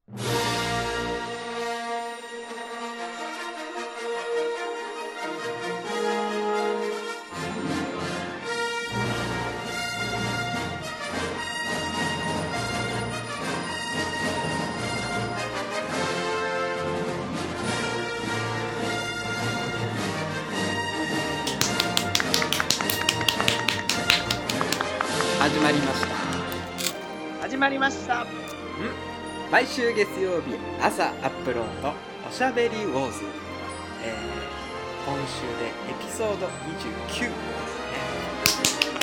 始まりました。 始まりました。 毎週月曜日朝アップロードおしゃべりウォーズ、今週でエピソード29ですね。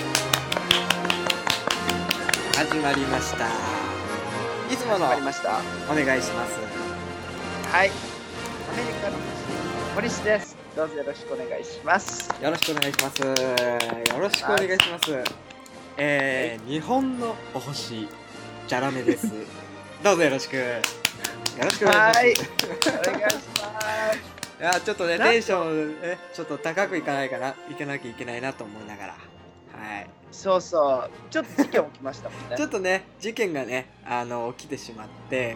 始まりました。いつものお願いします。 はい、アメリカの森氏です。どうぞよろしくお願いします。 よろしくお願いします。よろしくお願いします。日本のお星チャラメです。どうぞよろしくお願いします。 お願いします。 いやちょっとねテンションちょっと高くいかなきゃいけないなと思いながら、はい。 そうそう、ちょっと事件起きましたもんね。 ちょっとね事件がね起きてしまって、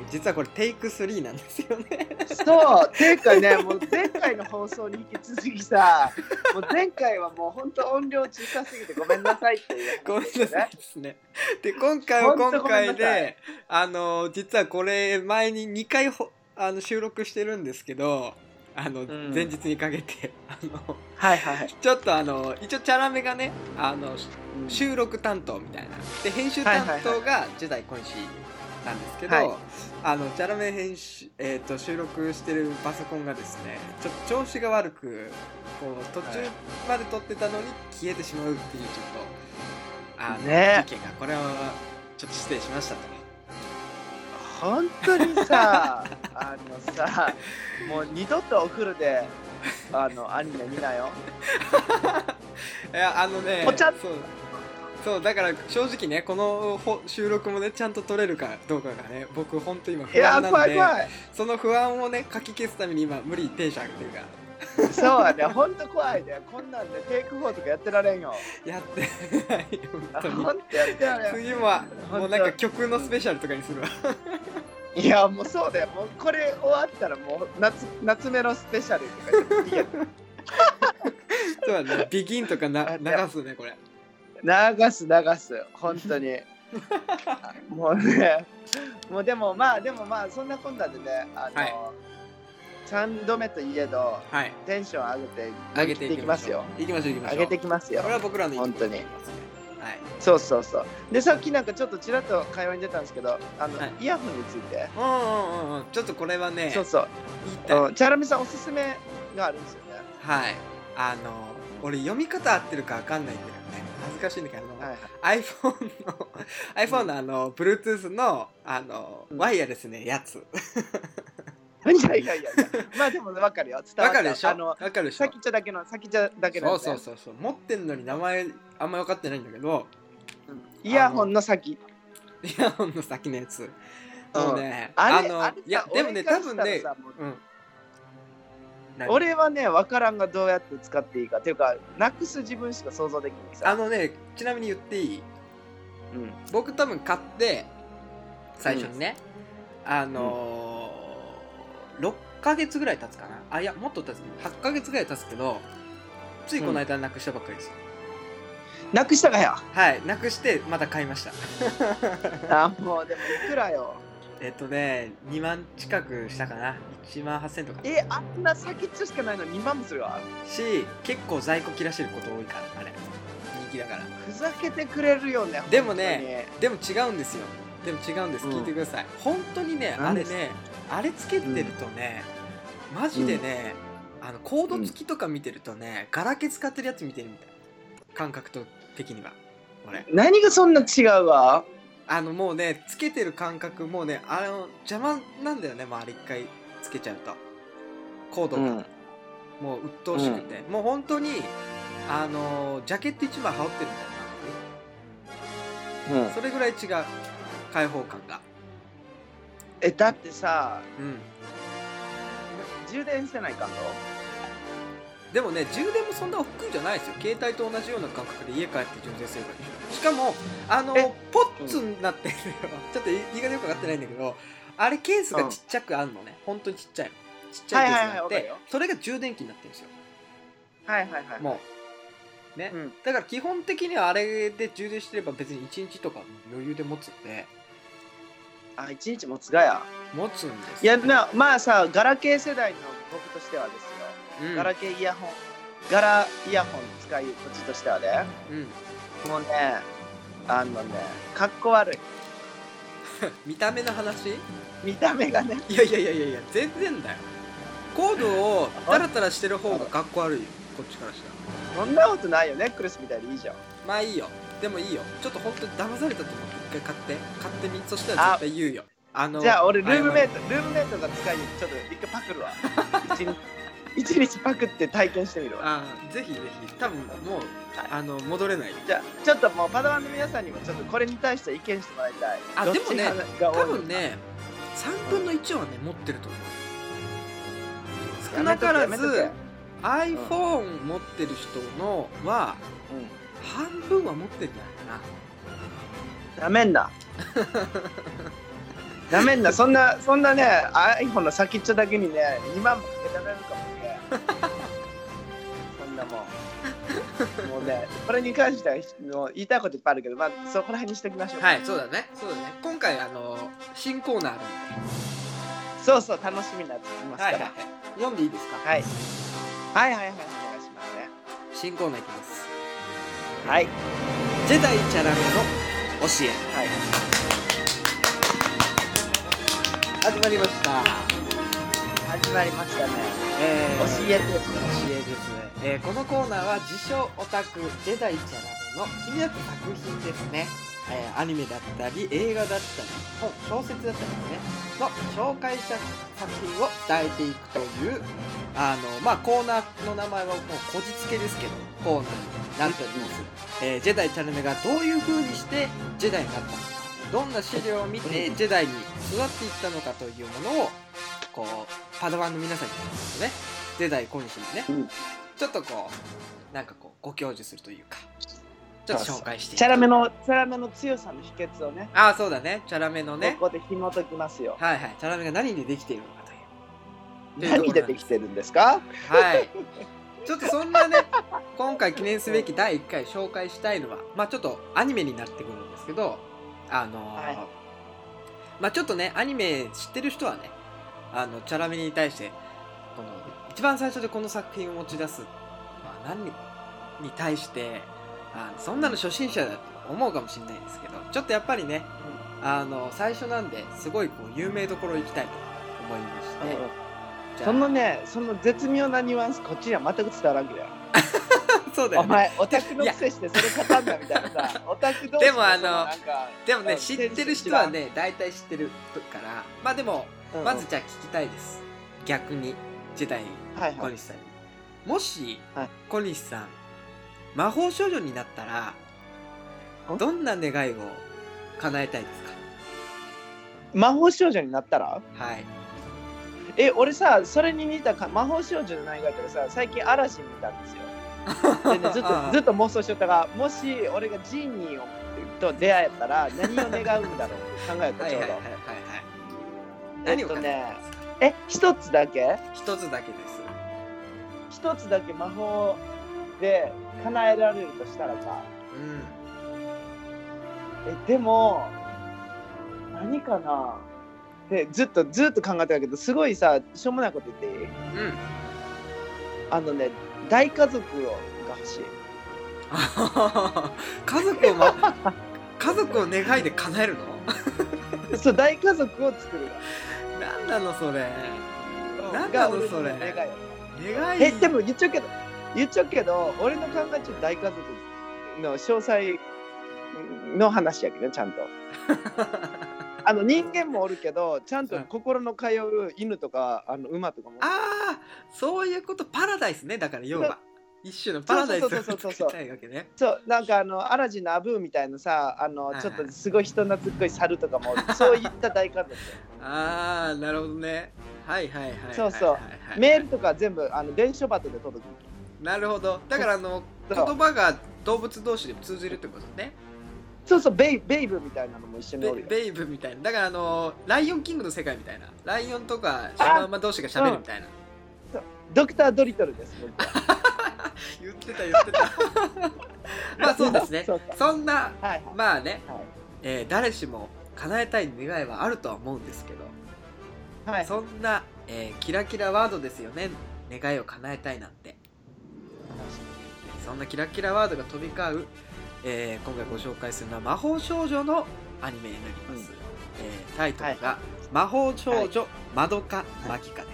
実はこれテイク3なんですよね。 そう、ていうかね、もう前回の放送に引き続きさ、もう前回はもう本当音量小さすぎてごめんなさいっていう、ね、 ごめんなさいですね。で今回は今回で実はこれ前に2回収録してるんですけど、前日にかけてはいはい、 ちょっと一応チャラメがね収録担当みたいなで編集担当がジェダイ小西なんですけど、チャラメ編集、収録してるパソコンがですねちょっと調子が悪くこう途中まで撮ってたのに消えてしまうっていうちょっと事件がこれはちょっと失礼しましたと。 本当にさもう二度とお風呂でアニメ見なよ。 いやねポチャッそうだから正直ねこの収録もねちゃんと撮れるかどうかがね僕ほんと今不安なんで、 怖いその不安をねかき消すために今無理にテンション上げてるから。 そうやね、ほんと怖いね。こんなんでテイク4とかやってられんよ。 やってない本当に。 ほんとやってられん。 次はもうなんか曲のスペシャルとかにするわ。 いやもうそうだよ、もうこれ終わったらもう夏目のスペシャルとか言ってそうだね、ビギンとか流すねこれ。 流す本当に。もうね、もうでもまあそんなこんなでね3度目といえど、テンション上げていきますよ。 上げていきますよ。 これは僕らの本当に。そうでさっきなんかちょっとちらっと会話に出たんですけどイヤホンについてちょっとこれはねそうチャラメさんおすすめがあるんですよね。 はい、俺読み方合ってるか分かんないんだけどね恥ずかしいんだけど、iPhone のBluetooth のワイヤレスねやつ。 いやまあでも分かるよ。 分かるでしょ。 先っちょだけの、 そう持ってんのに名前あんま分かってないんだけど、 イヤホンの先のやつ。もうねいやでもね多分ね俺はね分からんがどうやって使っていいかっていうかなくす自分しか想像できないさ。 ちなみに言っていい？僕多分買って最初にね6ヶ月ぐらい経つかな。いやもっと経つ8ヶ月ぐらい経つけど、ついこの間なくしたばっかりですよ。 なくしたかよ。 はい、なくしてまた買いました。 もうでもいくらよ。 2万近くしたかな。1万8000とか。 あんな先っちょしかないのに2万もするわ。 結構在庫切らしてること多いからあれ人気だから。 ふざけてくれるよね。 でも違うんですよ。聞いてください。本当にねあれつけてるとね、マジでねコード付きとか見てるとね、ガラケー使ってるやつ見てるみたいな感覚的には。俺何がそんな違うわ。 もうねつけてる感覚もうね邪魔なんだよね。もうあれ一回つけちゃうとコードが、もう鬱陶しくて、もう本当にジャケット1枚羽織ってるみたいな、それぐらい違う開放感が。 だってさ、充電してないかんの？ でもね充電もそんな億劫じゃないですよ。携帯と同じような感覚で家帰って充電すればいいでしょ。しかもポッツになってるよ、ちょっと言い方よく分かってないんだけど、あれケースがちっちゃくあるのね、本当にちっちゃいケースがあって、それが充電器になってるんですよ。 はいはいはい。 もうね、だから基本的にはあれで充電してれば別に1日とか余裕で持つんで。 1日持つがや。 持つんです。 いやまあさ、ガラケー世代の僕としてはですよ、ガラケーイヤホン使いこっちとしてはね、もうねかっこ悪い。 見た目の話？ 見た目がね。 いや全然だよ。コードをタラタラしてる方がかっこ悪いよ、こっちからしたら。そんなことないよ、ネックレスみたいでいいじゃん。 まあいいよ、でもいいよ。ちょっと本当に騙されたと思って一回買ってみ。そしたら絶対言うよ。 じゃあ俺ルームメイトが使いにちょっと一回パクるわ。一日パクって体験してみるわ。 ぜひぜひ。多分もう戻れない。 じゃあちょっともうパダワンの皆さんにもちょっとこれに対して意見してもらいたい。 でもね多分ね3分の1はね持ってると思う。少なからず iPhone 持ってる人のは半分は持ってるんじゃないかな。 なめんな。なめんな。そんなね iPhone の先っちょだけにね2万もかけられるかもね。そんなもん。もうねこれに関してはもう言いたいこといっぱいあるけど、まあそこら辺にしておきましょう。 はい、そうだね。今回新コーナーあるんで。 そう楽しみになってきますから。 読んでいいですか？ はい。お願いしますね。 新コーナーいきます。 はい。 ジェダイチャラメの教え。はい。始まりました。 始まりましたね。教えです。 このコーナーは自称オタクジェダイチャラメの気になった作品ですね。アニメだったり映画だったり本、小説だったりですねの紹介した作品を伝えていくというコーナーの名前はもうこじつけですけどコーナーになっております。ジェダイチャラメがどういう風にしてジェダイになったのか、どんな資料を見てジェダイに育っていったのかというものをこうパダワンの皆さんにね、ジェダイ小西にね、ちょっとご教授するというかちょっと紹介してチャラメの強さの秘訣をね。 そうだね。チャラメのね。 ここで紐解きますよ。 はい。チャラメが何でできているのかという。 何でできてるんですか？ はい。ちょっとそんなね、今回記念すべき第1回紹介したいのは、ちょっとアニメになってくるんですけど、ちょっとね、アニメ知ってる人はね、チャラメに対して、一番最初でこの作品を持ち出す、何に対して、そんなの初心者だと思うかもしれないですけど、ちょっとやっぱりね、最初なんですごい有名どころ行きたいと思いまして、 その絶妙なニュアンスこっちには全く伝わらんけど。 そうだよね。 お前オタクのくせしてそれ語んなみたいなさ。オタク同士でもでもね知ってる人はね大体知ってるから、でもまずじゃあ聞きたいです。逆にジェダイ小西さんに、もし小西さん魔法少女になったらどんな願いを叶えたいですか？ 魔法少女になったら？ はい。 俺さそれに似た魔法少女じゃないかったらさ、最近嵐見たんですよ。でね、ずっと妄想しとったが、もし俺がジーニーと出会えたら何を願うんだろうって考えたちょうど。 何を一つだけ？ 一つだけです。 一つだけ魔法で叶えられるとしたらか。でも何かなってずっと考えてたけど、すごいさしょうもないこと言っていい？大家族が欲しい。 家族を願いで叶えるの？そう、大家族を作る。 なんなのそれ。なんなのそれ。 願い。でも言っちゃうけど、俺の考えちゃう大家族の詳細の話やけど、ちゃんと。人間もおるけど、ちゃんと心の通う犬とか馬とかも。 そういうこと。パラダイスね。だから要は一種のパラダイスを作りたいわけね。 そうなんかアラジンのアブーみたいなさちょっとすごい人懐っこい猿とかもそういった大家族。 なるほどね。はい。 そうメールとか全部電書バトで届く。 なるほど。だから言葉が動物同士でも通じるってことね。 そうそう、ベイブみたいなのも一緒におるよ。 ベイブみたいな。だからライオンキングの世界みたいな。ライオンとかシマウマ同士が喋るみたいな。 ドクタードリトルです、僕は。 言ってた。まあそうですね。そんな、まあね、誰しも叶えたい願いはあるとは思うんですけど、そんな、キラキラワードですよね。願いを叶えたいなんて。そんなキラキラワードが飛び交う、今回ご紹介するのは魔法少女のアニメになります。タイトルが、魔法少女まどかマギカです。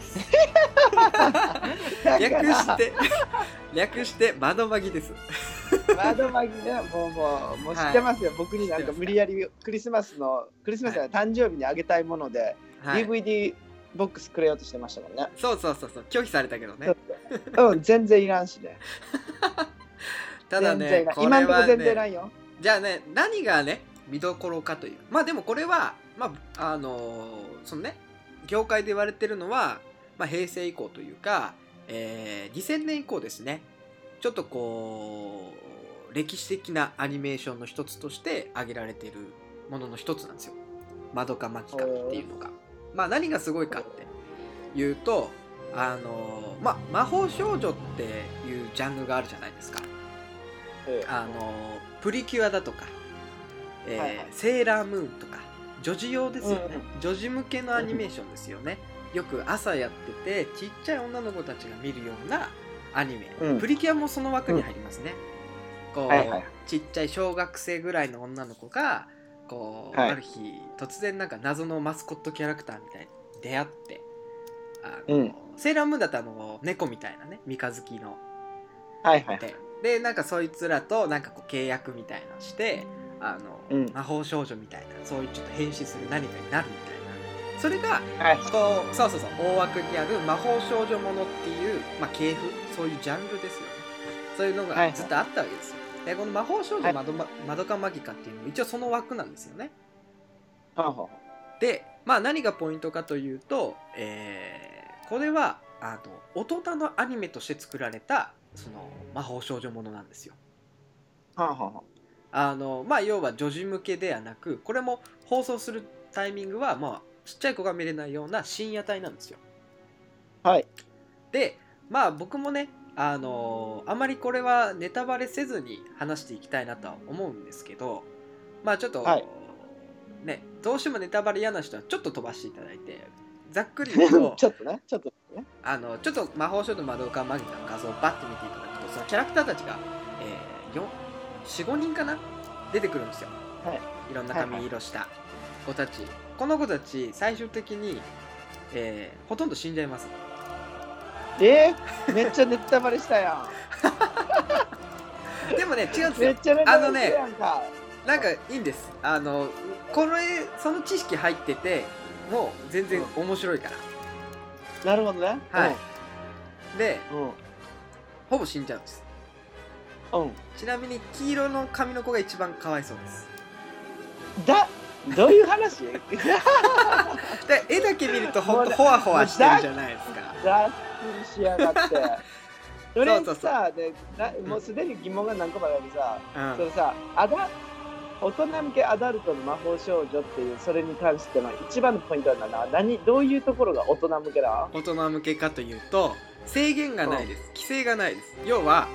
略してまどまぎです。 まどまぎね、もう知ってますよ。僕になんか無理やりクリスマスの誕生日にあげたいもので、DVD ボックスくれようとしてましたもんね。 そう拒否されたけどね。 全然いらんしね。 ただね、 今んとこ全然いらんよ。 じゃあね、何がね見どころかという、まあでもこれはそのね、業界で言われてるのは、平成以降というか、2000年以降ですね。ちょっとこう歴史的なアニメーションの一つとして挙げられているものの一つなんですよ。まどかマギカっていうのが。何がすごいかっていうと、魔法少女っていうジャンルがあるじゃないですか。プリキュアだとか、セーラームーンとか女児用ですよね。女児向けのアニメーションですよね。よく朝やっててちっちゃい女の子たちが見るようなアニメ、プリキュアもその枠に入りますね。こう、ちっちゃい小学生ぐらいの女の子がこう、ある日突然なんか謎のマスコットキャラクターみたいに出会って、セーラームーンだと猫みたいなね、三日月の、でなんかそいつらとなんかこう契約みたいなのして魔法少女みたいな、そういうちょっと変身する何かになるみたいな、それが、こうそう大枠にある魔法少女ものっていう、系譜、そういうジャンルですよね。そういうのがずっとあったわけですよ。でこの魔法少女まどかマギカっていうのも一応その枠なんですよね。で何がポイントかというと、これは大人のアニメとして作られたその魔法少女ものなんですよ。要は女児向けではなく、これも放送するタイミングはちっちゃい子が見れないような深夜帯なんですよ。で僕もねあまりこれはネタバレせずに話していきたいなとは思うんですけど、ちょっと、ね、どうしてもネタバレ嫌な人はちょっと飛ばしていただいて、ざっくり言うとちょっと魔法少女まどかマギカの画像をバッと見ていただくと、そのキャラクターたちが、4、5人かな出てくるんですよ。いろんな髪色した子たち、この子たち最終的に、ほとんど死んじゃいます。 めっちゃネタバレしたやん。でもね違うんですよ。 めっちゃネタバレしたやんか。 なんかいいんです。これその知識入っててもう全然面白いから。 なるほどね。 で、ほぼ死んじゃうんです。ちなみに黄色の髪の子が一番かわいそうです。 どういう話？ で絵だけ見るとほんとホワホワしてるじゃないですか。 雑にしやがって。それさ、もうすでに疑問が何個もあるさ、それさ、大人向けアダルトの魔法少女っていうそれに関しての一番のポイントはどういうところが大人向けだ？ 大人向けかというと制限がないです。規制がないです。要は、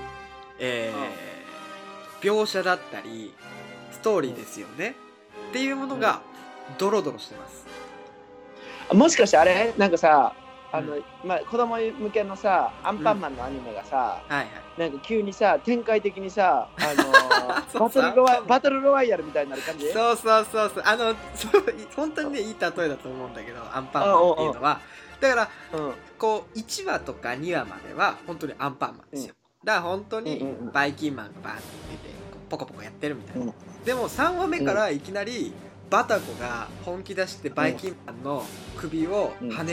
描写だったりストーリーですよね、っていうものがドロドロしてます。 もしかしてあれなんかさ、子供向けのさアンパンマンのアニメがさ、なんか急にさ展開的にさバトルロワイヤルみたいになる感じ。 そう本当にねいい例えだと思うんだけど、アンパンマンっていうのはだから、こう1話とか2話までは本当にアンパンマンですよ。だから本当にバイキンマンがバーって出てポコポコやってるみたいな。でも3話目からいきなりバタコが本気出してバイキンマンの首を跳ねるみたい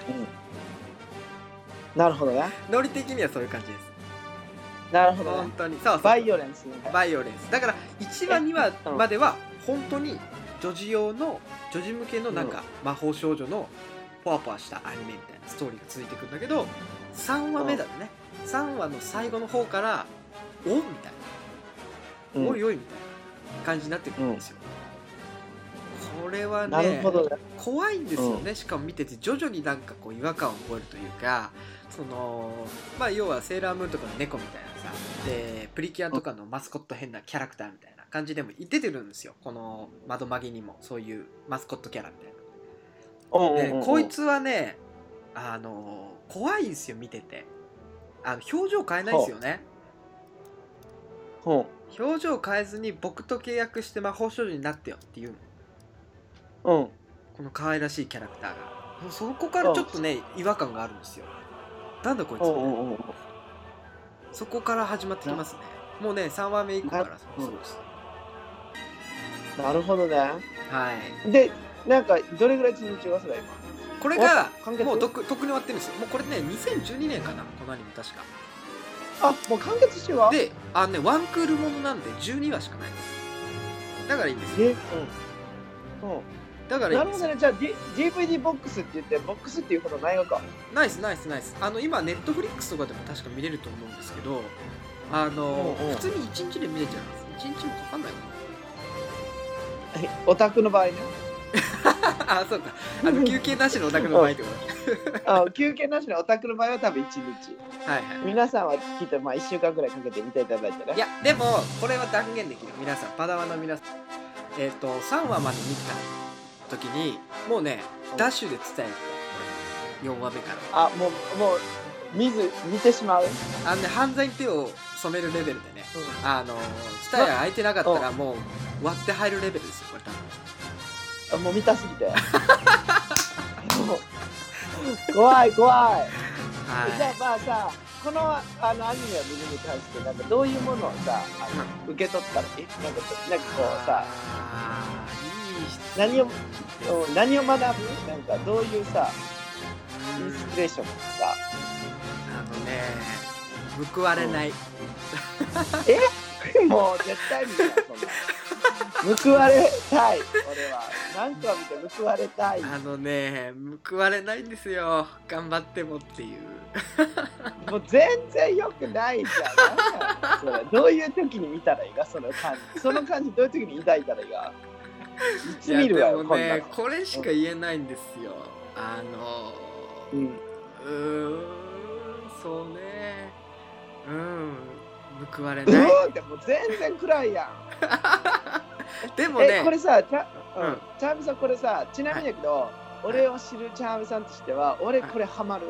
な。なるほどね。 ノリ的にはそういう感じです。 なるほど、ね。 本当にバイオレンス、ね。 バイオレンス。だから1話2話までは本当に女児向けのなんか魔法少女のポワポワしたアニメみたいなストーリーが続いていくんだけど、3話目だね、 3話の最後の方からおみたいな、おいおいみたいな感じになってくるんですよ、これはね、 なるほどね、 怖いんですよね、しかも見てて徐々になんかこう違和感を覚えるというか、そのまあ要はセーラームーンとかの猫みたいなさで、プリキュアとかのマスコット変なキャラクターみたいな感じでも出てるんですよ、この窓マギにもそういうマスコットキャラみたいな。でこいつはね怖いんですよ見てて、表情変えないですよね。表情変えずに僕と契約して魔法少女になってよっていうの、この可愛らしいキャラクターが、もうそこからちょっとね違和感があるんですよ。なんだこいつ、そこから始まってきますね。もうね3話目以降からそうです。 なるほどね。 はい。 でなんかどれぐらい続いてますか今？ これがもうとっくに終わってるんですよ。もうこれね2012年かな、このアニメ確か。 あ、もう完結しては？ でワンクールものなんで12話しかないです。だからいいんですよ。だからいいんですよ。なるほどね。じゃあ、DVD ボックスって言ってボックスっていうことないのか？ ナイス。今ネットフリックスとかでも確か見れると思うんですけど、普通に1日で見れちゃいます。1日もかかんないかな。オタクの場合ね。 あ、そうか。休憩なしのオタクの場合ってこと休憩なしのオタクの場合は多分1日。 はい。皆さんはきっと1週間ぐらいかけて見ていただいてね。 いや、でもこれは断言できる。皆さん、パダワの皆さん、3話まで見た時にもうね、ダッシュで伝える。4話目から。 もう見てしまう。 犯罪に手を染めるレベルでね、伝えが空いてなかったらもう割って入るレベルですよ、これ多分。 もう見たすぎて怖い、はい、じゃあまあさ、このアニメを見るに関してなんかどういうものをさ受け取ったらいい？なんかこうさ、何を学ぶ？なんかどういうさインスピレーションとかさ、 報われない、 もう絶対見ない、そんな報われたい。俺は何か見て報われたい。 報われないんですよ、頑張ってもっていうもう全然良くないじゃん。それどういう時に見たらいいか、その感じどういう時に抱いたらいいか。いつ見るわよ、 こんなの。これしか言えないんですよ。そうね、報われない。 でも全然暗いやん。 でもね、 これさ、チャームさん、これさ、ちなみにだけど、俺を知るチャームさんとしては、俺これハマる？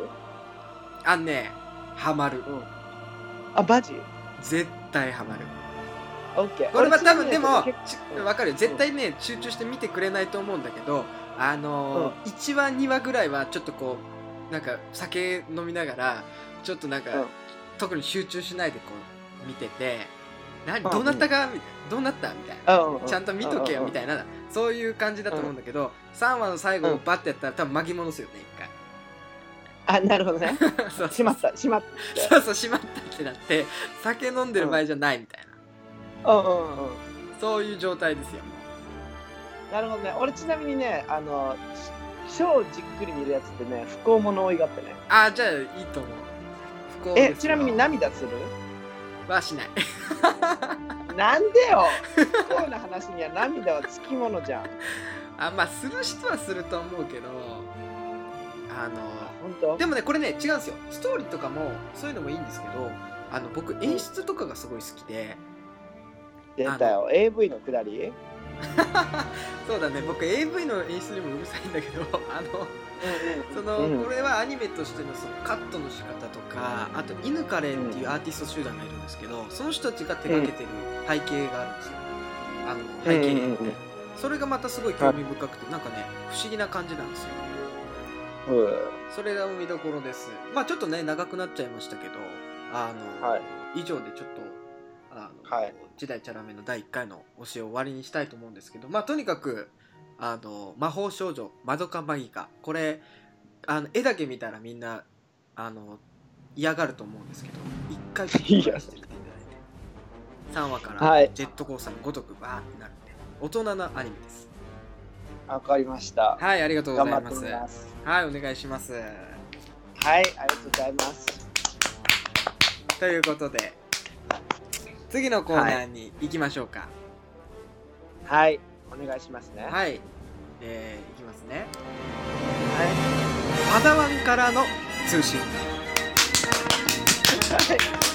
ハマる。 マジ？ 絶対ハマる。 オッケー。 これは多分でも分かるよ、絶対ね集中して見てくれないと思うんだけど、1話2話ぐらいはちょっとこうなんか酒飲みながらちょっとなんか、特に集中しないでこう見てて、どうなったかみたいな、どうなったみたいな、ちゃんと見とけよみたいな、そういう感じだと思うんだけど、3話の最後をバッてやったら多分巻き戻すよね、一回。 なるほどね。しまった。 そう、しまったってなって酒飲んでる場合じゃないみたいな、そういう状態ですよ。 なるほどね。俺ちなみにね、ショーをじっくり見るやつってね、不幸者多いがってね。 じゃあいいと思う。不幸ですよ。 ちなみに涙する？ はしない。 なんでよ。不幸な話には涙はつきものじゃん。 まあする人はすると思うけど、 本当？ でもね、これね違うんですよ。ストーリーとかもそういうのもいいんですけど、僕演出とかがすごい好きで。 出たよ、AV のくだり。 そうだね、僕 AV の演出にもうるさいんだけど、これはアニメとしてのそのカットの仕方とか、あと犬カレンっていうアーティスト集団がいるんですけど、その人たちが手掛けてる背景があるんですよ。背景に、それがまたすごい興味深くて、なんかね不思議な感じなんですよ。それが見どころです。まあちょっとね長くなっちゃいましたけど、以上でちょっと時代チャラメの第1回の推しを終わりにしたいと思うんですけど、まあとにかく魔法少女マドカマギカ、これ絵だけ見たらみんな嫌がると思うんですけど、一回ちょっと見ていただいて3話からジェットコースターのごとくバーってなるんで、大人のアニメです。 わかりました。 はい、ありがとうございます。はい、お願いします。 はい、ありがとうございます。 ということで次のコーナーに行きましょうか。 はい、お願いしますね。 はい、いきますね。はい、パダワンからの通信。はい、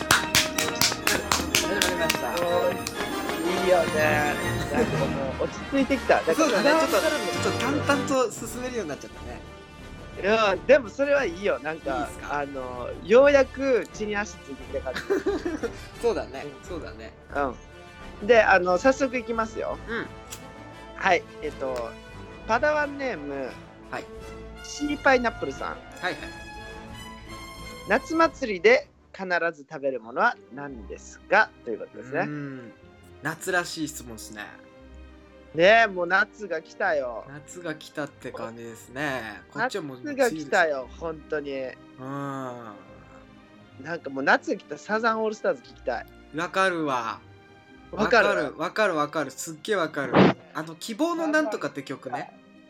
始まりました。 いいよね。なんかもう落ち着いてきた。 そうだね、ちょっと淡々と進めるようになっちゃったね。 いやでもそれはいいよ。なんかようやく地に足ついてきた感じ。 そうだね、そうだね。 で早速いきますよ。はい、パダワンネーム、 はい、 シーパイナップルさん。 はいはい。 夏祭りで必ず食べるものは何ですかということですね。 夏らしい質問ですね。 ねえ、もう夏が来たよ。 夏が来たって感じですね。こっちはもう夏が来たよ、本当に。なんかもう夏が来たサザンオールスターズ聞きたい。 わかるわ。わかる。すっげえわかる。希望のなんとかって曲ね。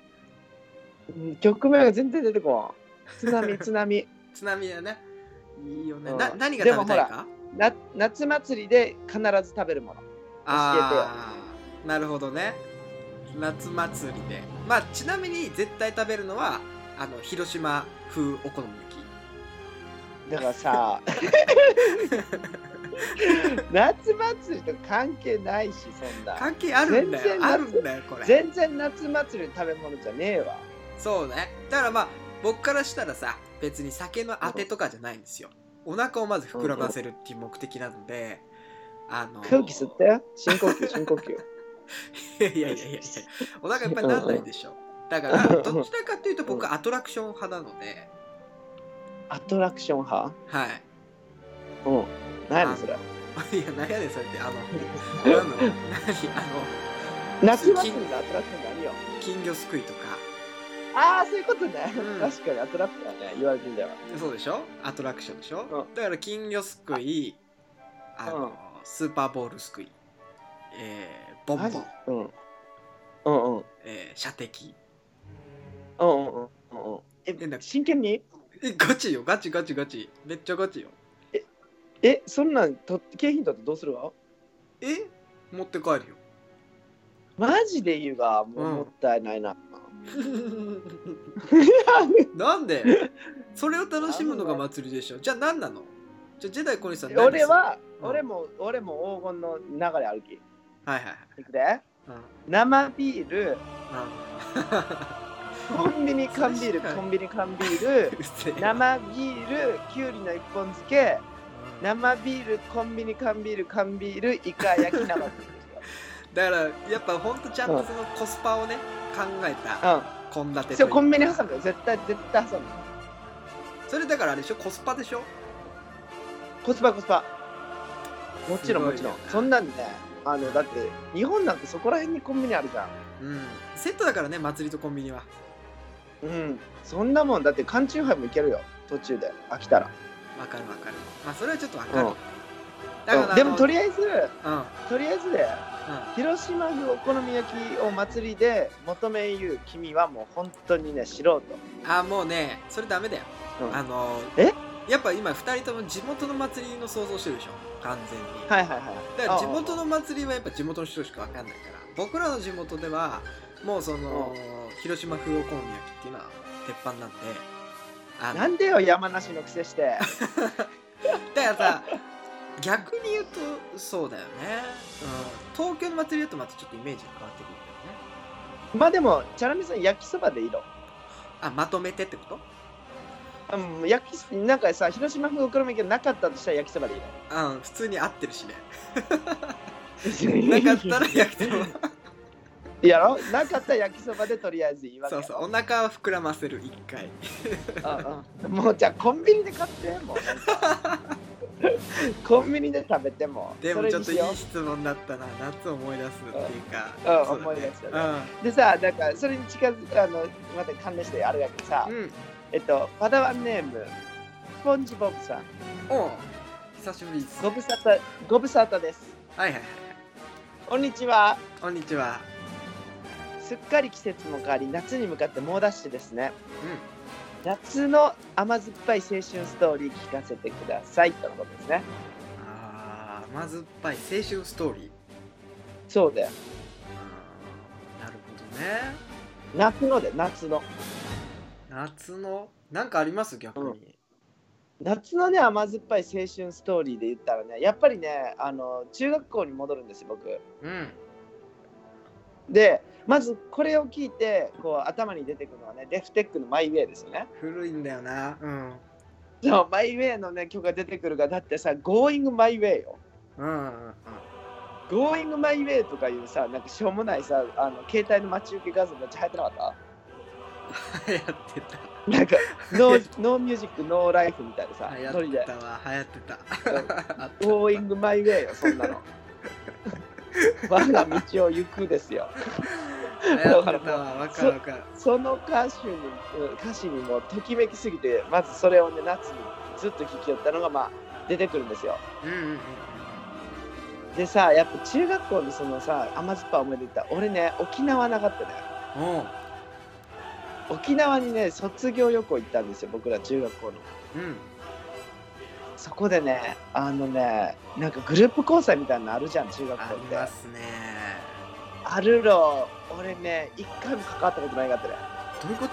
曲名が全然出てこん。津波。 津波だね。いいよね。何が食べたいか？ 夏祭りで必ず食べるもの。教えてよ。 なるほどね。夏祭りで。まあちなみに絶対食べるのは広島風お好み焼き。だからさ、夏祭りと関係ないし、そんな。 関係あるんだよ。あるんだよこれ。 全然夏祭りの食べ物じゃねえわ。 そうね。だからまあ僕からしたらさ、別に酒のあてとかじゃないんですよ。お腹をまず膨らませるっていう目的なので、 空気吸って深呼吸。 いやお腹いっぱいなんないでしょ。だからどちらかというと僕はアトラクション派なので。 アトラクション派？ はい。 何やねんそれ。 いや何やねんそれって夏祭りのアトラクション何よ。 金魚すくいとか。 ああそういうことね。確かにアトラクションだね、言われてんだよ。 そうでしょ、アトラクションでしょ。だから金魚すくい、スーパーボールすくい、ボンボン、射的。 真剣に？ ガチよ、ガチ。めっちゃガチよ。 そんなん景品取ってどうするわ？ 持って帰るよ。 マジで言うが、もうもったいないな。 なんで？それを楽しむのが祭りでしょ。じゃあ何なの？じゃあジェダイ小西さん。 俺も黄金の流れ歩き。 はい。 いくで。生ビール。コンビニ缶ビール。生ビール、きゅうりの一本漬け。生ビール、コンビニ缶ビール、イカ焼き生ビール。 だからやっぱほんとちゃんとそのコスパをね考えた献立。 そうコンビニ挟むよ。絶対挟む。 それだからあれでしょ、コスパでしょ。 コスパ。もちろん。そんなんね、だって日本なんてそこら辺にコンビニあるじゃん。 セットだからね、祭りとコンビニは。 そんなもんだって缶チューハイもいけるよ、途中で飽きたら。 わかる。まあそれはちょっとわかる。 だからでもとりあえずで、広島風お好み焼きを祭りで求めゆう君はもう本当にね、素人。 もうね、それダメだよ。やっぱ今2人とも地元の祭りの想像してるでしょ、完全に。 はい。 だから地元の祭りはやっぱ地元の人しかわかんないから、僕らの地元ではもうその広島風お好み焼きっていうのは鉄板なんで。 なんでよ、山梨の癖して。 だからさ、逆に言うとそうだよね。東京の祭りだとまたちょっとイメージが変わってくるんだよね。 まあでもチャラメさん焼きそばでいいの？ まとめてってこと？ なんかさ、広島風お好み焼きがなかったとしたら焼きそばでいいの？普通に合ってるしね。なかったら焼きそば。 やろ？なかったら焼きそばでとりあえずいいわけ。 そう、お腹を膨らませる一回。 もうじゃあコンビニで買ってもう。コンビニで食べても。 でもちょっといい質問だったな。夏を思い出すっていうか。 思い出したね。でさ、だからそれに近づくまた関連してあるわけさ。パダワンネームスポンジボブさん。 久しぶりです。 ご無沙汰です。 はい。 こんにちは。すっかり季節も変わり、夏に向かって猛ダッシュですね。 夏の甘酸っぱい青春ストーリー聞かせてくださいとのことですね。 甘酸っぱい青春ストーリー。 そうだよ。 なるほどね。夏のなんかあります逆に、 夏のね甘酸っぱい青春ストーリーで言ったらね、やっぱりね中学校に戻るんですよ僕。でまずこれを聞いてこう頭に出てくるのはね、デフテックのマイウェイですよね。 古いんだよな。 そうマイウェイのね曲が出てくるが、だってさ Going My Way よ。Going My Way とかいうさ、なんかしょうもないさ携帯の待ち受け画像めっちゃ流行ってなかった？ 流行ってた。 なんかノーミュージックノーライフみたいなさ、 流行ってたわ、流行ってた。 Going My Way よ、そんなの。我が道を行くですよ。 だからわかる。 その歌詞にもときめきすぎて、まずそれをね夏にずっと聴きよったのがまあ出てくるんですよ。でさ、やっぱ中学校のそのさ甘酸っぱい思い出言ったら、俺ね沖縄なかったね。沖縄にね卒業旅行行ったんですよ、僕ら中学校の。そこでねなんかグループ交際みたいなのあるじゃん、中学校って。 ありますね。 あるろ。俺ね一回も関わったことないかったね。 どういうこと？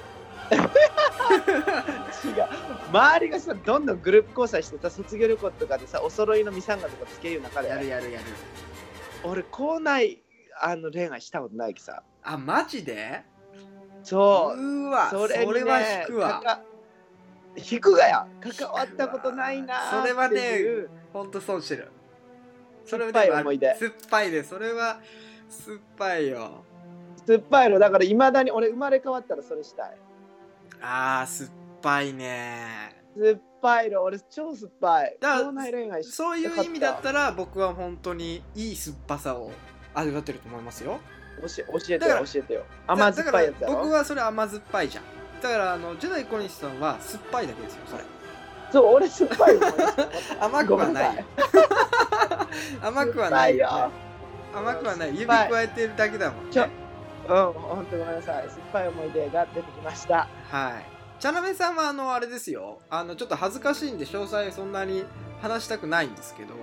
違う、周りがさどんどんグループ交際してさ、卒業旅行とかでさお揃いのミサンガとかつける中でやる。 俺校内恋愛したことないきさ。 あ、マジで？ そう。 うわ、それは引くわ。 引くがや。関わったことないなーっていう。 それはね、ほんと損してる。 酸っぱい思い出。 酸っぱいで、それは酸っぱいよ。 酸っぱいのだから、いまだに俺生まれ変わったらそれしたい。 酸っぱいね。 酸っぱいの、俺超酸っぱい。 だ校内恋愛したかった。 そういう意味だったら僕は本当にいい酸っぱさを味わってると思いますよ。 教えてよ。甘酸っぱいやつやろ。 僕はそれ甘酸っぱいじゃん。だからジェダイ小西さんは酸っぱいだけですよ、それ。 そう、俺酸っぱい思い甘くはないよ。甘くはないよ。甘くはない。指加えてるだけだもんね。 本当ごめんなさい。酸っぱい思い出が出てきました。 はい。チャナメさんはあれですよ。ちょっと恥ずかしいんで詳細そんなに話したくないんですけど、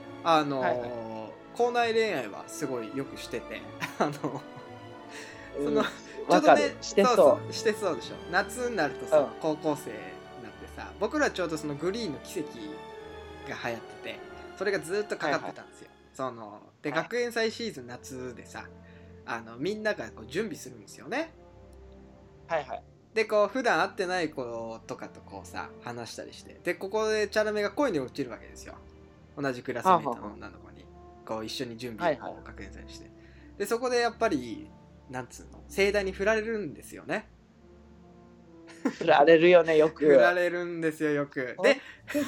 校内恋愛はすごいよくしてて、そのちょうどね、してそうでしょ。夏になるとさ、高校生になってさ、僕らちょうどそのグリーンの奇跡が流行ってて、それがずっとかかってたんですよ。で、学園祭シーズン夏でさ、みんながこう準備するんですよね。でこう普段会ってない子とかとこうさ話したりして、でここでチャラメが恋に落ちるわけですよ。同じクラスメートの女の子にこう一緒に準備を学園祭にして、でそこでやっぱりなんつうの、盛大に振られるんですよね。 振られるよね、よく。 振られるんですよ、よく。で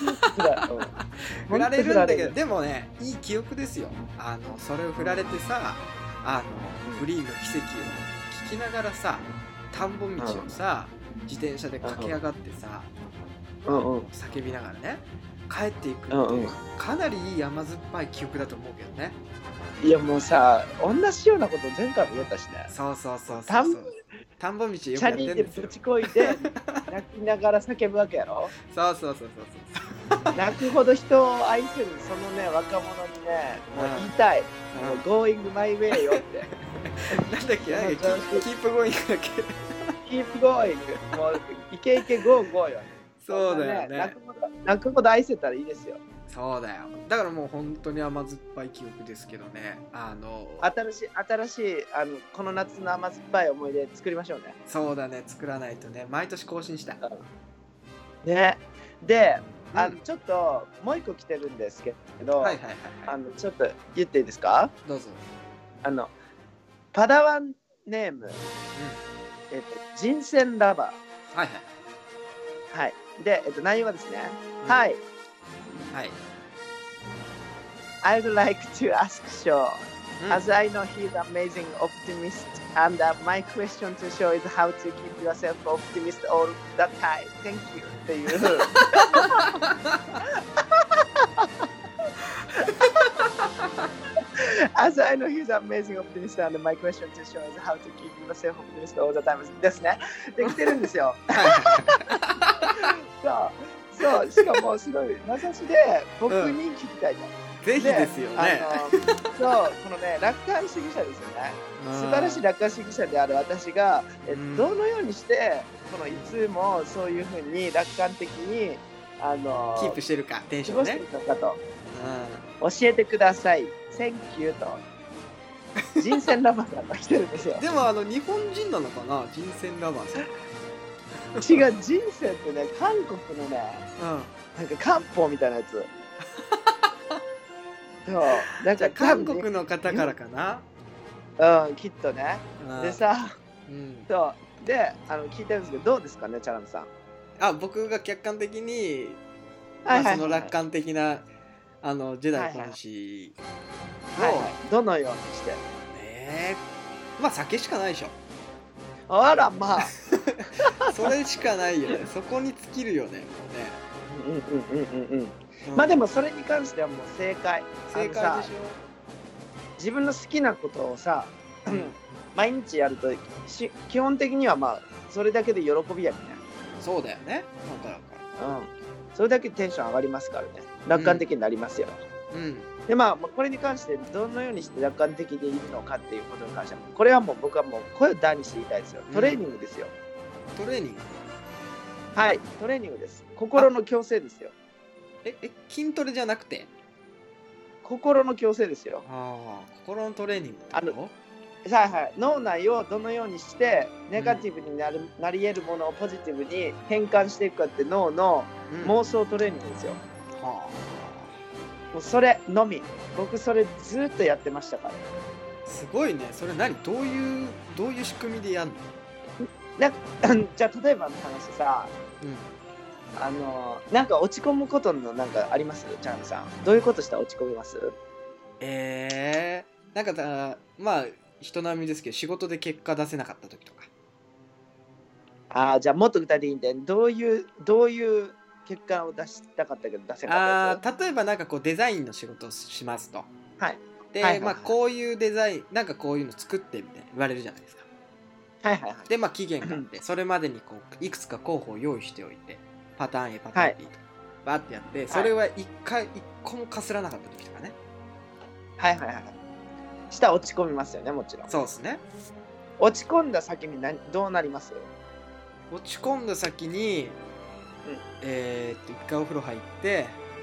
振られるんだけど、でもね、いい記憶ですよ。それを振られてさ、グリーンの奇跡を聞きながらさ、田んぼ道をさ、自転車で駆け上がってさ、叫びながらね帰っていくっていう、かなりいい甘酸っぱい記憶だと思うけどね。 いやもうさ、同じようなこと前回も言ったしね。 そう田んぼ道よくやってんですよ。 チャリでぶちこいで泣きながら叫ぶわけやろ。 そう泣くほど人を愛するそのね若者にね、もう言いたい、もう Going My Way よってなんだっけ、Keep Going だっけ。 Keep Going、 もうイケイケ Go よ。 そうだよね。 泣くほど愛せたらいいですよ。 そうだよ。だからもう本当に甘酸っぱい記憶ですけどね。 新しいこの夏の甘酸っぱい思い出作りましょうね。 そうだね、作らないとね。毎年更新した。 ね。で、ちょっともう一個来てるんですけど、ちょっと言っていいですか？ どうぞ。 パダワンネーム、人選ラバー。はい。で、内容はですね、はい。I'd like to ask Shaw, as I know he's an amazing optimist, and my question to Shaw is how to keep yourself optimist all the time. Thank you. っていう。 As I know he's an amazing optimist and my question to show is how to keep yourself optimistic all the time ですね。できてるんですよ。そう、しかもすごい名指しで僕に聞きたいと。 ぜひですよね。 そう、このね、楽観主義者ですよね。素晴らしい楽観主義者である私が、どのようにしてこのいつもそういうふうに楽観的にキープしてるか、テンションね。 かと、教えてください。Thank you と。人選ラバーさんが来てるんですよ。 でも日本人なのかな、人選ラバーさん。 違う、人選ってね、韓国のね、なんか漢方みたいなやつ。そう、なんか韓国の方からかな。 きっとね。でさ、そう、で、聞いてるんですけど、どうですかね、チャラムさん。 僕が客観的に、その楽観的な、ジェダイ君子をどのようにして。 酒しかないでしょ。 あら、まあ。 それしかないよね。そこに尽きるよね、もうね。まあでもそれに関してはもう正解でしょ。自分の好きなことをさ、毎日やると基本的にはまあそれだけで喜びやね。 そうだよね。 それだけテンション上がりますからね。楽観的になりますよ。でまあこれに関してどのようにして楽観的でいるのかっていうことに関してはこれはもう僕はもう声を大にして言いたいですよ。トレーニングですよ。 トレーニング。 はい、トレーニングです。心の矯正ですよ。 筋トレじゃなくて心の矯正ですよ。 心のトレーニングって脳内をどのようにしてネガティブになり得るものをポジティブに変換していくかって脳の妄想トレーニングですよ。もうそれのみ。僕それずっとやってましたから。 すごいね。それどういう仕組みでやるの？ じゃあ例えばの話さ、なんか落ち込むことのなんかあります？チャンさん。どういうことしたら落ち込みます？ なんかまあ人並みですけど仕事で結果出せなかった時とか。じゃあもっと具体的にどういう結果を出したかったけど出せなかったやつ？ 例えばなんかこうデザインの仕事をしますと。 で、 まあこういうデザインなんかこういうの作ってみたいな言われるじゃないですか。でまあ期限があってそれまでにこういくつか候補を用意しておいてパターン A パターン B とバーってやってそれは一個もかすらなかった時とかね。 したら落ち込みますよね、もちろん。 そうですね。 落ち込んだ先にどうなります？ 落ち込んだ先に、一回お風呂入って、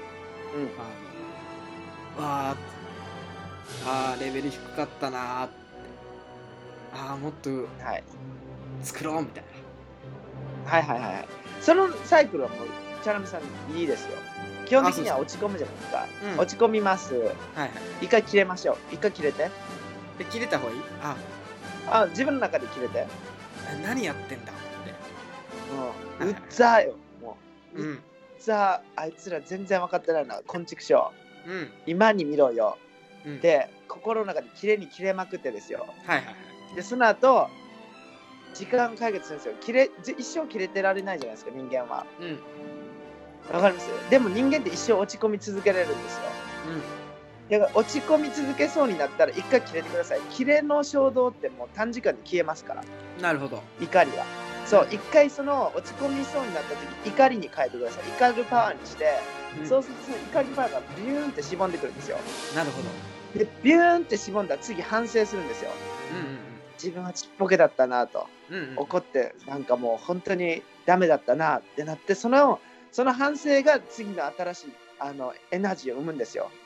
レベル低かったなーって、もっと作ろうみたいな。そのサイクルはもうチャラメさんいいですよ。基本的には落ち込むじゃないですか。落ち込みます。一回切れましょう。一回切れて。 切れた方がいい？ 自分の中で切れて。 何やってんだって。うっざーよ。もう。うっざー。あいつら全然分かってないな。こんちくしょう。今に見ろよ。で、心の中で切れまくってですよ。で、その後、時間解決するんですよ。一生切れてられないじゃないですか、人間は。わかります？でも人間って一生落ち込み続けられるんですよ。だから落ち込み続けそうになったら一回切れてください。切れの衝動ってもう短時間で消えますから。 なるほど。 怒りは。そう、一回その落ち込みそうになった時怒りに変えてください。怒るパワーにして、そうするとその怒りパワーがビューンってしぼんでくるんですよ。 なるほど。 でビューンってしぼんだら次反省するんですよ。自分はちっぽけだったなと、怒ってなんかもう本当にダメだったなってなってその反省が次の新しいエナジーを生むんですよ。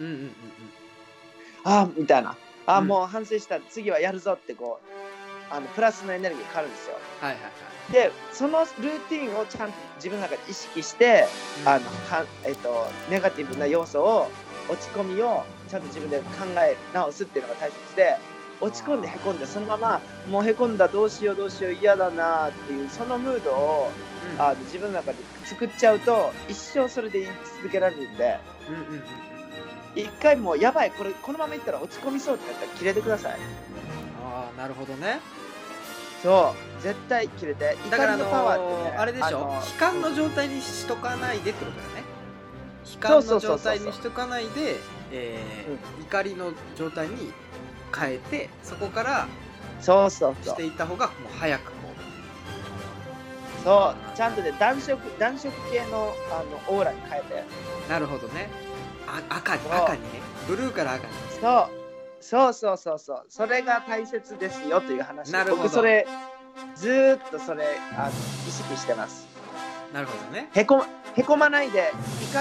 みたいな。もう反省した次はやるぞってこうプラスのエネルギーが変わるんですよ。でそのルーティンをちゃんと自分の中で意識して、ネガティブな要素を落ち込みをちゃんと自分で考え直すっていうのが大切で、落ち込んでへこんでそのままもうへこんだどうしよう嫌だなっていうそのムードを、自分の中で作っちゃうと一生それで言い続けられるんで、一回もうやばいこのままいったら落ち込みそうってなったら切れてください。 なるほどね。 そう絶対切れて。 だからパワーってね、あれでしょ、悲観の状態にしとかないでってことだよね。悲観の状態にしとかないで、 怒りの状態に変えて、そこからしていった方がもう早くこうそうちゃんとね暖色系のオーラに変えて。 なるほどね。赤にね、ブルーから赤に。 そうそれが大切ですよという話。 なるほど。 僕それずーっとそれ意識してます。 なるほどね。 へこまないで怒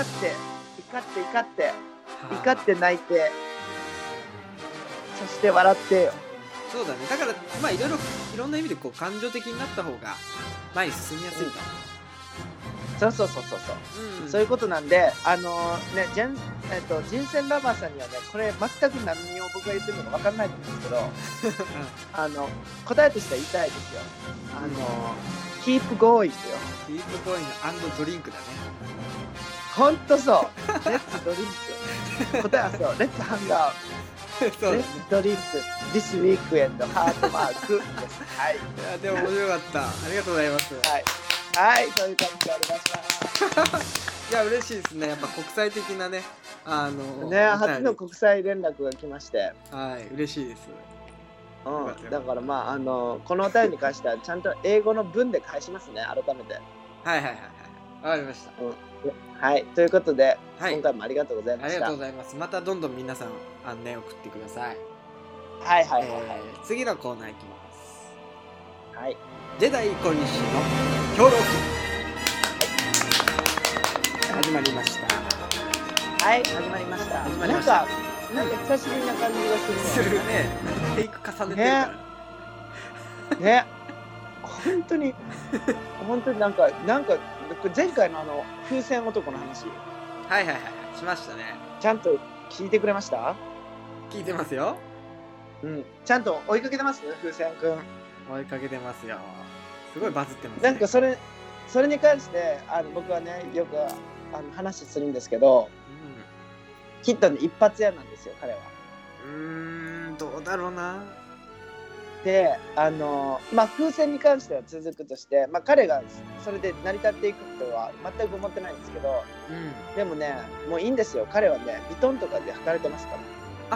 って泣いて、そして笑ってよ。 そうだね。だからまあいろんな意味でこう感情的になった方が前に進みやすいと。 そう、そういうことなんで、ね、人選ラバーさんにはね、これ全く何を僕が言ってるのか分かんないと思うんですけど、答えとしては言いたいですよ。keep going ですよ。 keep going and drink だね。 ほんとそう。let's drink。答えはそう。let's hang out。 そうだね。 let's drink this weekend ハートマークです。はい。いやでも面白かった。ありがとうございます。 はい、そういう感じでお願いします。 いや嬉しいですね。やっぱ国際的なね、 初の国際連絡が来まして、 はい、嬉しいです。 だからまあこのお便りに関してはちゃんと英語の文で返しますね、改めて。 はい、わかりました。 はい、ということで、今回もありがとうございました。 ありがとうございます。またどんどん皆さん送ってください。 はい。 次のコーナーいきます。 はい。 ジェダイ小西の評論始まりました。 はい、始まりました。なんか久しぶりな感じがするね。テイク重ねてるからね。本当になんか前回の風船男の話、 はいしましたね。 ちゃんと聞いてくれました？ 聞いてますよ。 ちゃんと追いかけてます？風船くん追いかけてますよ。すごいバズってますね。なんかそれに関して僕はねよく話するんですけど、きっとね一発屋なんですよ彼は。 どうだろうな。 で風船に関しては続くとして、彼がそれで成り立っていくとは全く思ってないんですけど、でもねもういいんですよ。彼はねヴィトンとかで働いてますから。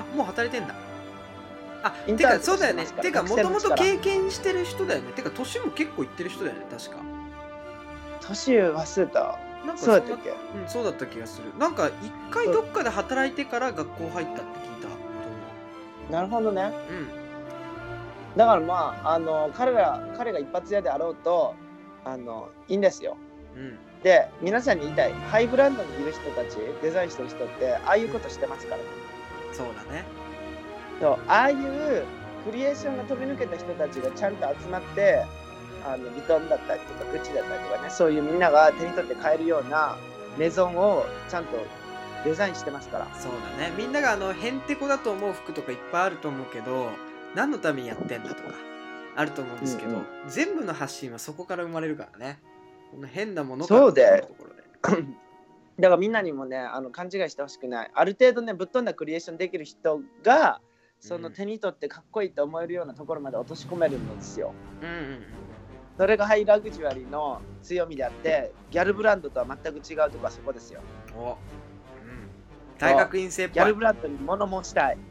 もう働いてんだ。てかそうだよね。てかもともと経験してる人だよね。てか年も結構いってる人だよね確か。 年忘れた。そうだったっけ？ そうだった気がする。なんか一回どっかで働いてから学校入ったって聞いたと思う。なるほどね。だから彼が一発屋であろうといいんですよ。で皆さんに言いたい、ハイブランドにいる人たち、デザインしてる人ってああいうことしてますからね。 そうだね。 ああいうクリエーションが飛び抜けた人たちがちゃんと集まってヴィトンだったりとかグッチだったりとかね、そういうみんなが手に取って買えるようなメゾンをちゃんとデザインしてますから。 そうだね。みんながへんてこだと思う服とかいっぱいあると思うけど、何のためにやってんだとかあると思うんですけど、全部の発信はそこから生まれるからね。この変なものからっていうところで。 だからみんなにもね勘違いしてほしくない。ある程度ねぶっ飛んだクリエーションできる人がその手に取ってかっこいいと思えるようなところまで落とし込めるんですよ。それがハイラグジュアリーの強みであって、ギャルブランドとは全く違うところはそこですよ。 大学院生っぽい。 ギャルブランドに物申したい。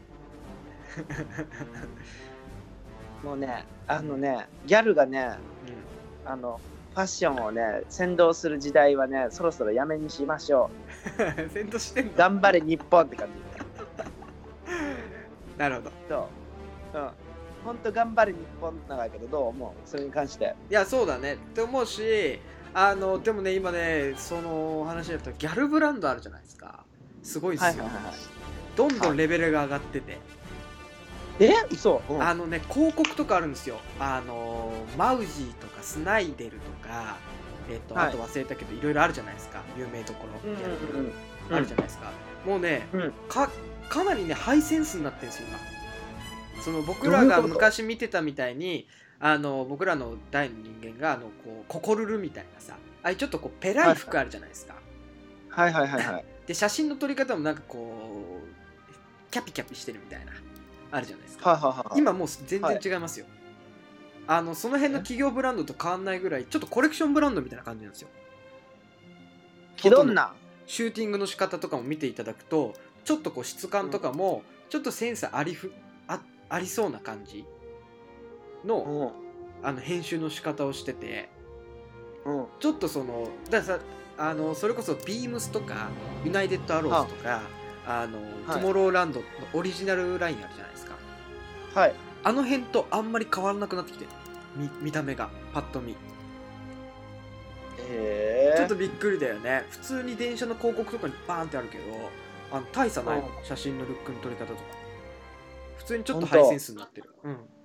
もうねギャルがね、ファッションをね先導する時代はねそろそろやめにしましょう。先導してんの？ 頑張れ日本って感じ。 なるほど。 本当頑張れ日本なんだけど、どう思う？それに関して。 いやそうだねって思うし、でもね今ねその話だとギャルブランドあるじゃないですか。すごいっすよ。どんどんレベルが上がってて。 嘘？ 広告とかあるんですよ。マウジーとかスナイデルとか、あと忘れたけどいろいろあるじゃないですか。有名どころあるじゃないですか。もうね、かなりねハイセンスになってるんですよ今。その僕らが昔見てたみたいに僕らの大の人間がこうココルルみたいなさ、あれちょっとこうペライ服あるじゃないですか。で写真の撮り方もなんかこうキャピキャピしてるみたいなあるじゃないですか。今もう全然違いますよ。その辺の企業ブランドと変わんないぐらいちょっとコレクションブランドみたいな感じなんですよ。 どんなシューティングの仕方とかも見ていただくとちょっとこう質感とかもちょっとセンスありそうな感じの、編集の仕方をしてて、ちょっとだからさそれこそビームスとかユナイテッドアローズとかトゥモローランドのオリジナルラインあるじゃないですか。 はい。 あの辺とあんまり変わらなくなってきて、見た目がパッと見。ちょっとびっくりだよね。普通に電車の広告とかにバーンってあるけど、大差ない写真のルックの撮り方とか。普通にちょっとハイセンスになってる。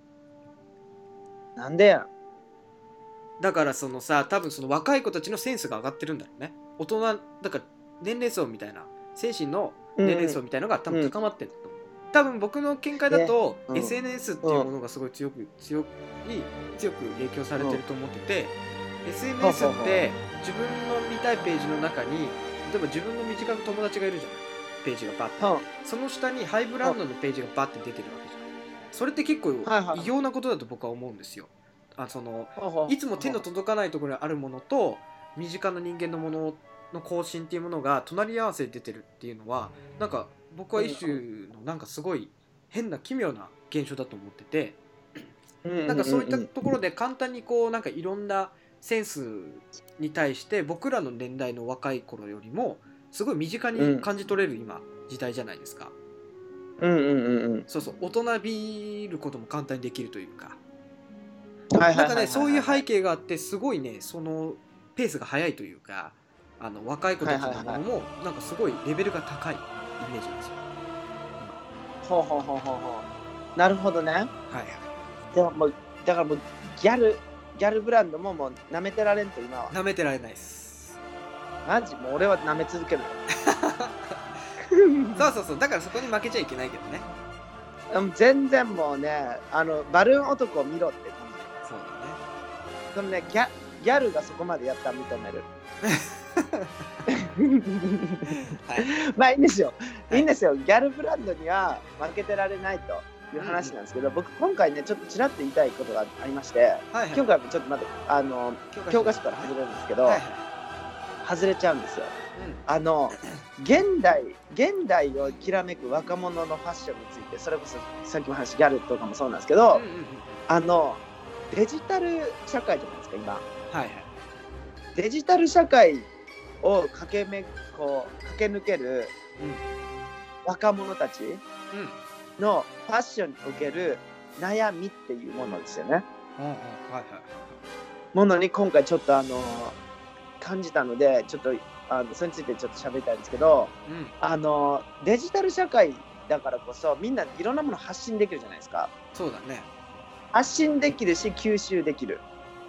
なんでやん。 だから多分若い子たちのセンスが上がってるんだろうね。大人だから年齢層みたいな、精神の年齢層みたいなのが多分高まってるんだと思う。多分僕の見解だと、SNS っていうものがすごい強く影響されてると思ってて、SNS って自分の見たいページの中に、例えば自分の身近な友達がいるじゃない、ページがバッて、その下にハイブランドのページがバッて出てるわけじゃん。それって結構異様なことだと僕は思うんですよ。いつも手の届かないところにあるものと身近な人間のものの更新っていうものが隣り合わせで出てるっていうのは、なんか僕は一種のなんかすごい変な奇妙な現象だと思ってて、なんかそういったところで簡単にこうなんかいろんなセンスに対して僕らの年代の若い頃よりもすごい身近に感じ取れる今時代じゃないですか。そうそう、大人びることも簡単にできるというか、なんかね、そういう背景があってすごいね、そのペースが速いというか、若い子たちのものもなんかすごいレベルが高いイメージなんですよ。 なるほどね。でももうだからもうギャルブランドももう舐めてられんと、今は舐めてられないです。 マジもう俺は舐め続けるそうだからそこに負けちゃいけないけどね。 全然もうね、バルーン男を見ろって感じ。 そうだね。 でもね、ギャルがそこまでやったら認めるまあいいんですよ、いいんですよ。ギャルブランドには負けてられないという話なんですけど、僕今回ねちょっとちらっと言いたいことがありまして、今回もちょっとまた教科書から外れるんですけど、外れちゃうんですよ。現代をきらめく若者のファッションについて、それこそさっきも話ギャルとかもそうなんですけど、デジタル社会じゃないですか今。デジタル社会を駆け抜ける若者たちのファッションにおける悩みっていうものですよね。ものに今回ちょっと感じたので、ちょっとそれについてちょっと喋りたいんですけど、デジタル社会だからこそみんないろんなもの発信できるじゃないですか。 そうだね。 発信できるし吸収できる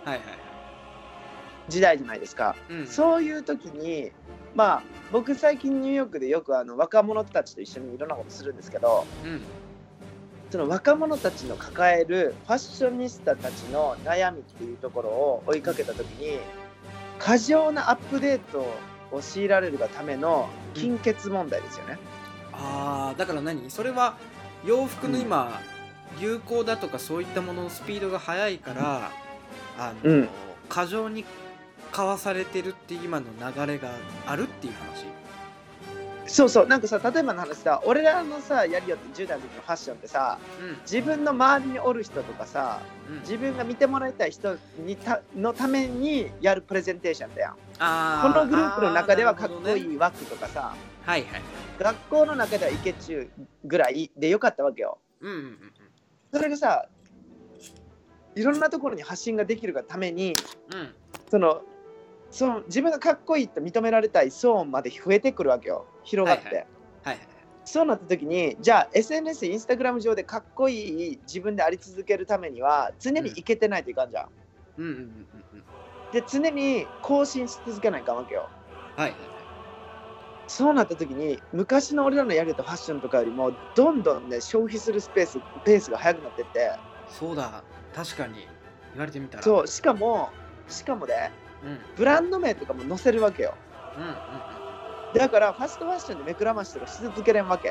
時代じゃないですか。そういう時に僕最近ニューヨークでよく若者たちと一緒にいろんなことするんですけど、その若者たちの抱えるファッショニスタたちの悩みっていうところを追いかけた時に、過剰なアップデートを強いられるがための金欠問題ですよね。 だからそれは洋服の今、流行だとかそういったもののスピードが速いから、過剰に買わされてるっていう今の流れがあるっていう話。 そうなんかさ、例えばの話さ、俺らのさやりよって10代の時のファッションってさ、自分の周りにおる人とかさ、自分が見てもらいたい人のためにやるプレゼンテーションだよ。このグループの中ではかっこいい枠とかさ、学校の中ではイケ中ぐらいでよかったわけよ。それがさ、いろんなところに発信ができるがために、その自分がかっこいいと認められたい層まで増えてくるわけよ、広がって。そうなった時に、じゃあ SNS、インスタグラム上でかっこいい自分であり続けるためには常にイケてないといかんじゃん。で、常に更新し続けないかんわけよ。そうなった時に、昔の俺らのやりたファッションとかよりもどんどんね、消費するペースが速くなってって。 そうだ、確かに言われてみたら。 そう、しかもね、ブランド名とかも載せるわけよ。だからファストファッションで目くらましとかし続けれんわけ。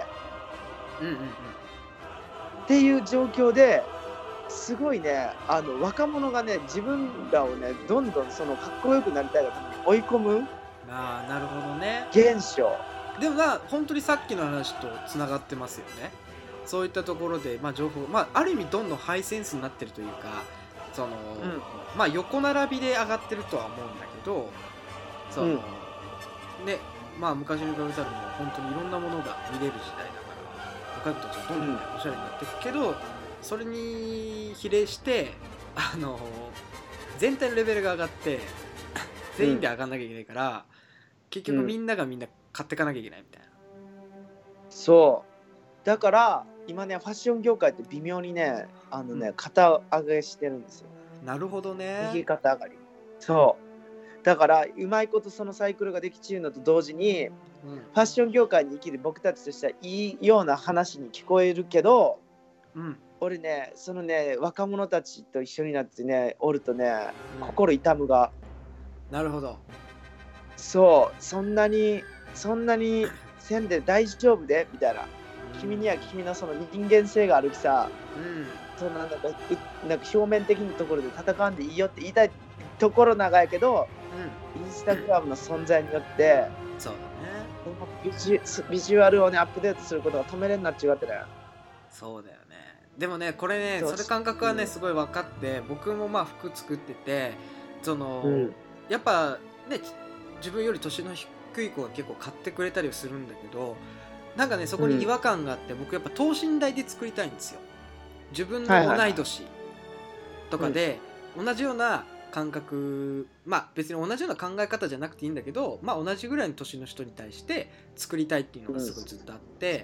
っていう状況ですごいね、若者がね、自分らをね、どんどんそのかっこよくなりたいがために追い込むなるほどね。 現象。 でも本当にさっきの話とつながってますよね。そういったところで、情報、ある意味どんどんハイセンスになってるというか、その、横並びで上がってるとは思うんだけど、その、ね、昔に比べたらもう本当にいろんなものが見れる時代だから、若い子たちはどんどんおしゃれになっていくけど、それに比例して全体のレベルが上がって全員で上がんなきゃいけないから、結局みんながみんな買っていかなきゃいけないみたいな。 そうだから今ねファッション業界って微妙にね肩上げしてるんですよ。 なるほどね。 右肩上がり。そうだからうまいことそのサイクルができちゅうのと同時に、ファッション業界に生きる僕たちとしてはいいような話に聞こえるけど、俺ねそのね若者たちと一緒になってねおるとね、心痛むが。 なるほど。 そうそんなにせんで大丈夫でみたいな、君には君のその人間性があるきさ、そんななんか表面的なところで戦わんでいいよって言いたいところ長いけど、インスタグラムの存在によってそうだね、 ビジュアルをねアップデートすることが止めれんなっちゅうわけだよ。 そうだよね。でもねこれねそれ感覚はねすごい分かって、僕も服作っててその、やっぱね自分より年の低い子が結構買ってくれたりはするんだけど、なんかねそこに違和感があって、僕やっぱ等身大で作りたいんですよ。自分の同い年とかで同じような感覚、別に同じような考え方じゃなくていいんだけど、同じぐらいの年の人に対して作りたいっていうのがすごいずっとあって、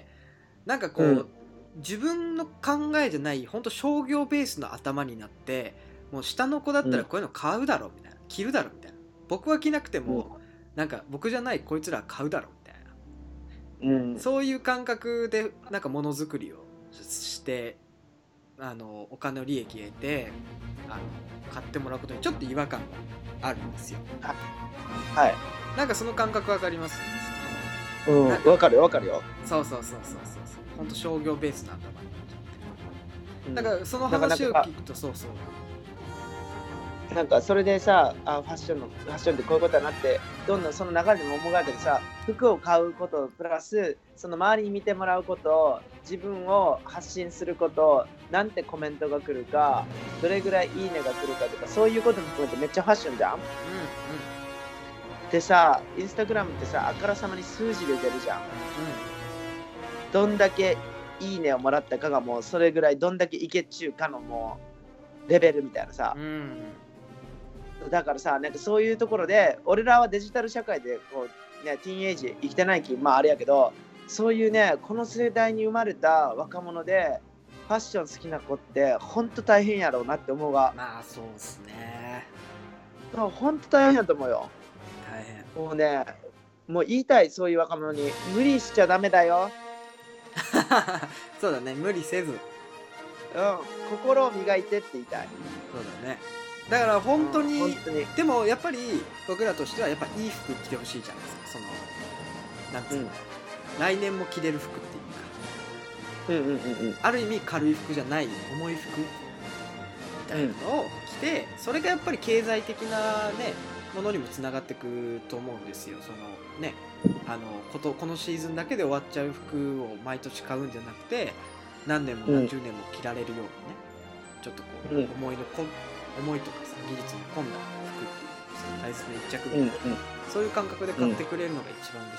なんかこう、自分の考えじゃない本当商業ベースの頭になって、もう下の子だったらこういうの買うだろうみたいな、着るだろうみたいな、僕は着なくても、なんか僕じゃないこいつら買うだろうみたいな、そういう感覚でなんかものづくりをしてお金の利益得て買ってもらうことにちょっと違和感があるんですよ。 はい。 なんかその感覚わかります？ わかるよ。 そう。本当商業ベースなんだな。だからその話を聞くとそう。 なんかそれでさ、ファッションってこういうことだなってどんどんその流れでも思うわけでさ、服を買うことプラスその周りに見てもらうこと、自分を発信すること、なんてコメントが来るか、どれぐらいいいねが来るかとか、そういうことも含めてめっちゃファッションじゃん。でさ、インスタグラムってさ、あからさまに数字で出るじゃん。どんだけいいねをもらったかがもうそれぐらい、どんだけいけっちゅうかのもうレベルみたいなさ。だからさ、なんかそういうところで俺らはデジタル社会でこう、ね、ティーンエイジ生きてないきあれやけど、そういうねこの世代に生まれた若者でファッション好きな子ってほんと大変やろうなって思うが。 そうっすね。 ほんと大変やと思うよ。 大変。 もうね、もう言いたい、そういう若者に無理しちゃダメだよ。 そうだね、無理せず、 心を磨いてって言いたい。 そうだね。だから本当に、でもやっぱり僕らとしてはやっぱいい服着てほしいじゃないですか。そのなんつうの、来年も着れる服っていうか、ある意味軽い服じゃない重い服みたいなのを着て、それがやっぱり経済的なねものにもつながってくと思うんですよ。そのね、このシーズンだけで終わっちゃう服を毎年買うんじゃなくて、何年も何十年も着られるようにね、ちょっとこう思いとかさ、技術に込んだ服っていう大切な一着みたいな、そういう感覚で買ってくれるのが一番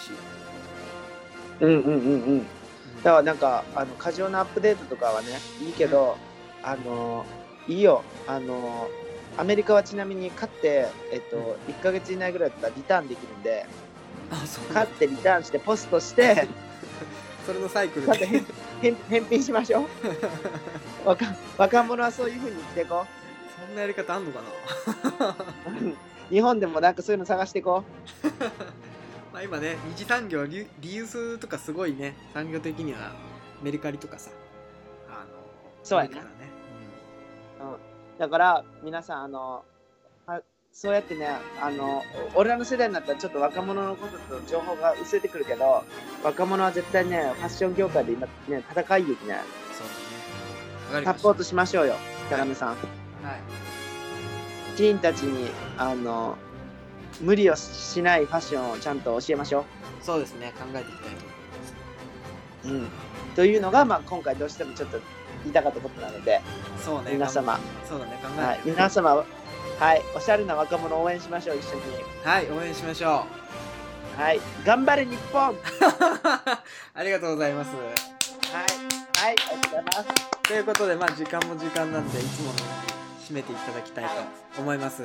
嬉しい。 だからなんか過剰なアップデートとかはねいいけど、いいよ。アメリカはちなみに買って1ヶ月以内ぐらいだったらリターンできるんで、買ってリターンしてポストしてそれのサイクルで返品しましょう。若者はそういう風に生きていこう。 そんなやり方あんのかな。 日本でもなんかそういうの探していこう。今ね、二次産業リユースとかすごいね、産業的にはメルカリとかさ、 そうやね。だから皆さんそうやってね俺らの世代になったらちょっと若者のことと情報が薄れてくるけど、若者は絶対ねファッション業界で今ね戦い劇ね。そうだね。サポートしましょうよ、キャラメさん。ティーンたちに無理をしないファッションをちゃんと教えましょう。 そうですね、考えていきたいと思います。 というのが、今回どうしてもちょっと言いたかったことなので、 そうね、 皆様、 そうだね、考えて、 皆様、おしゃれな若者を応援しましょう、一緒に。 応援しましょう。頑張れ日本ありがとうございます。 ありがとうございます。 ということで、時間も時間なんで、いつものように締めていただきたいと思います。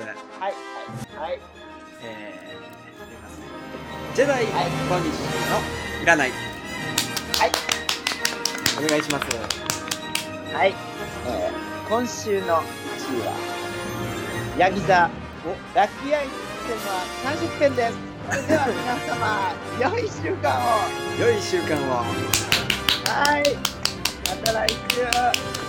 ジェダイ小西のいらない。お願いします。 今週の1位はヤギ座ラッキーアイテムは30点です。それでは皆様良い週間を。 良い週間を。 また来週。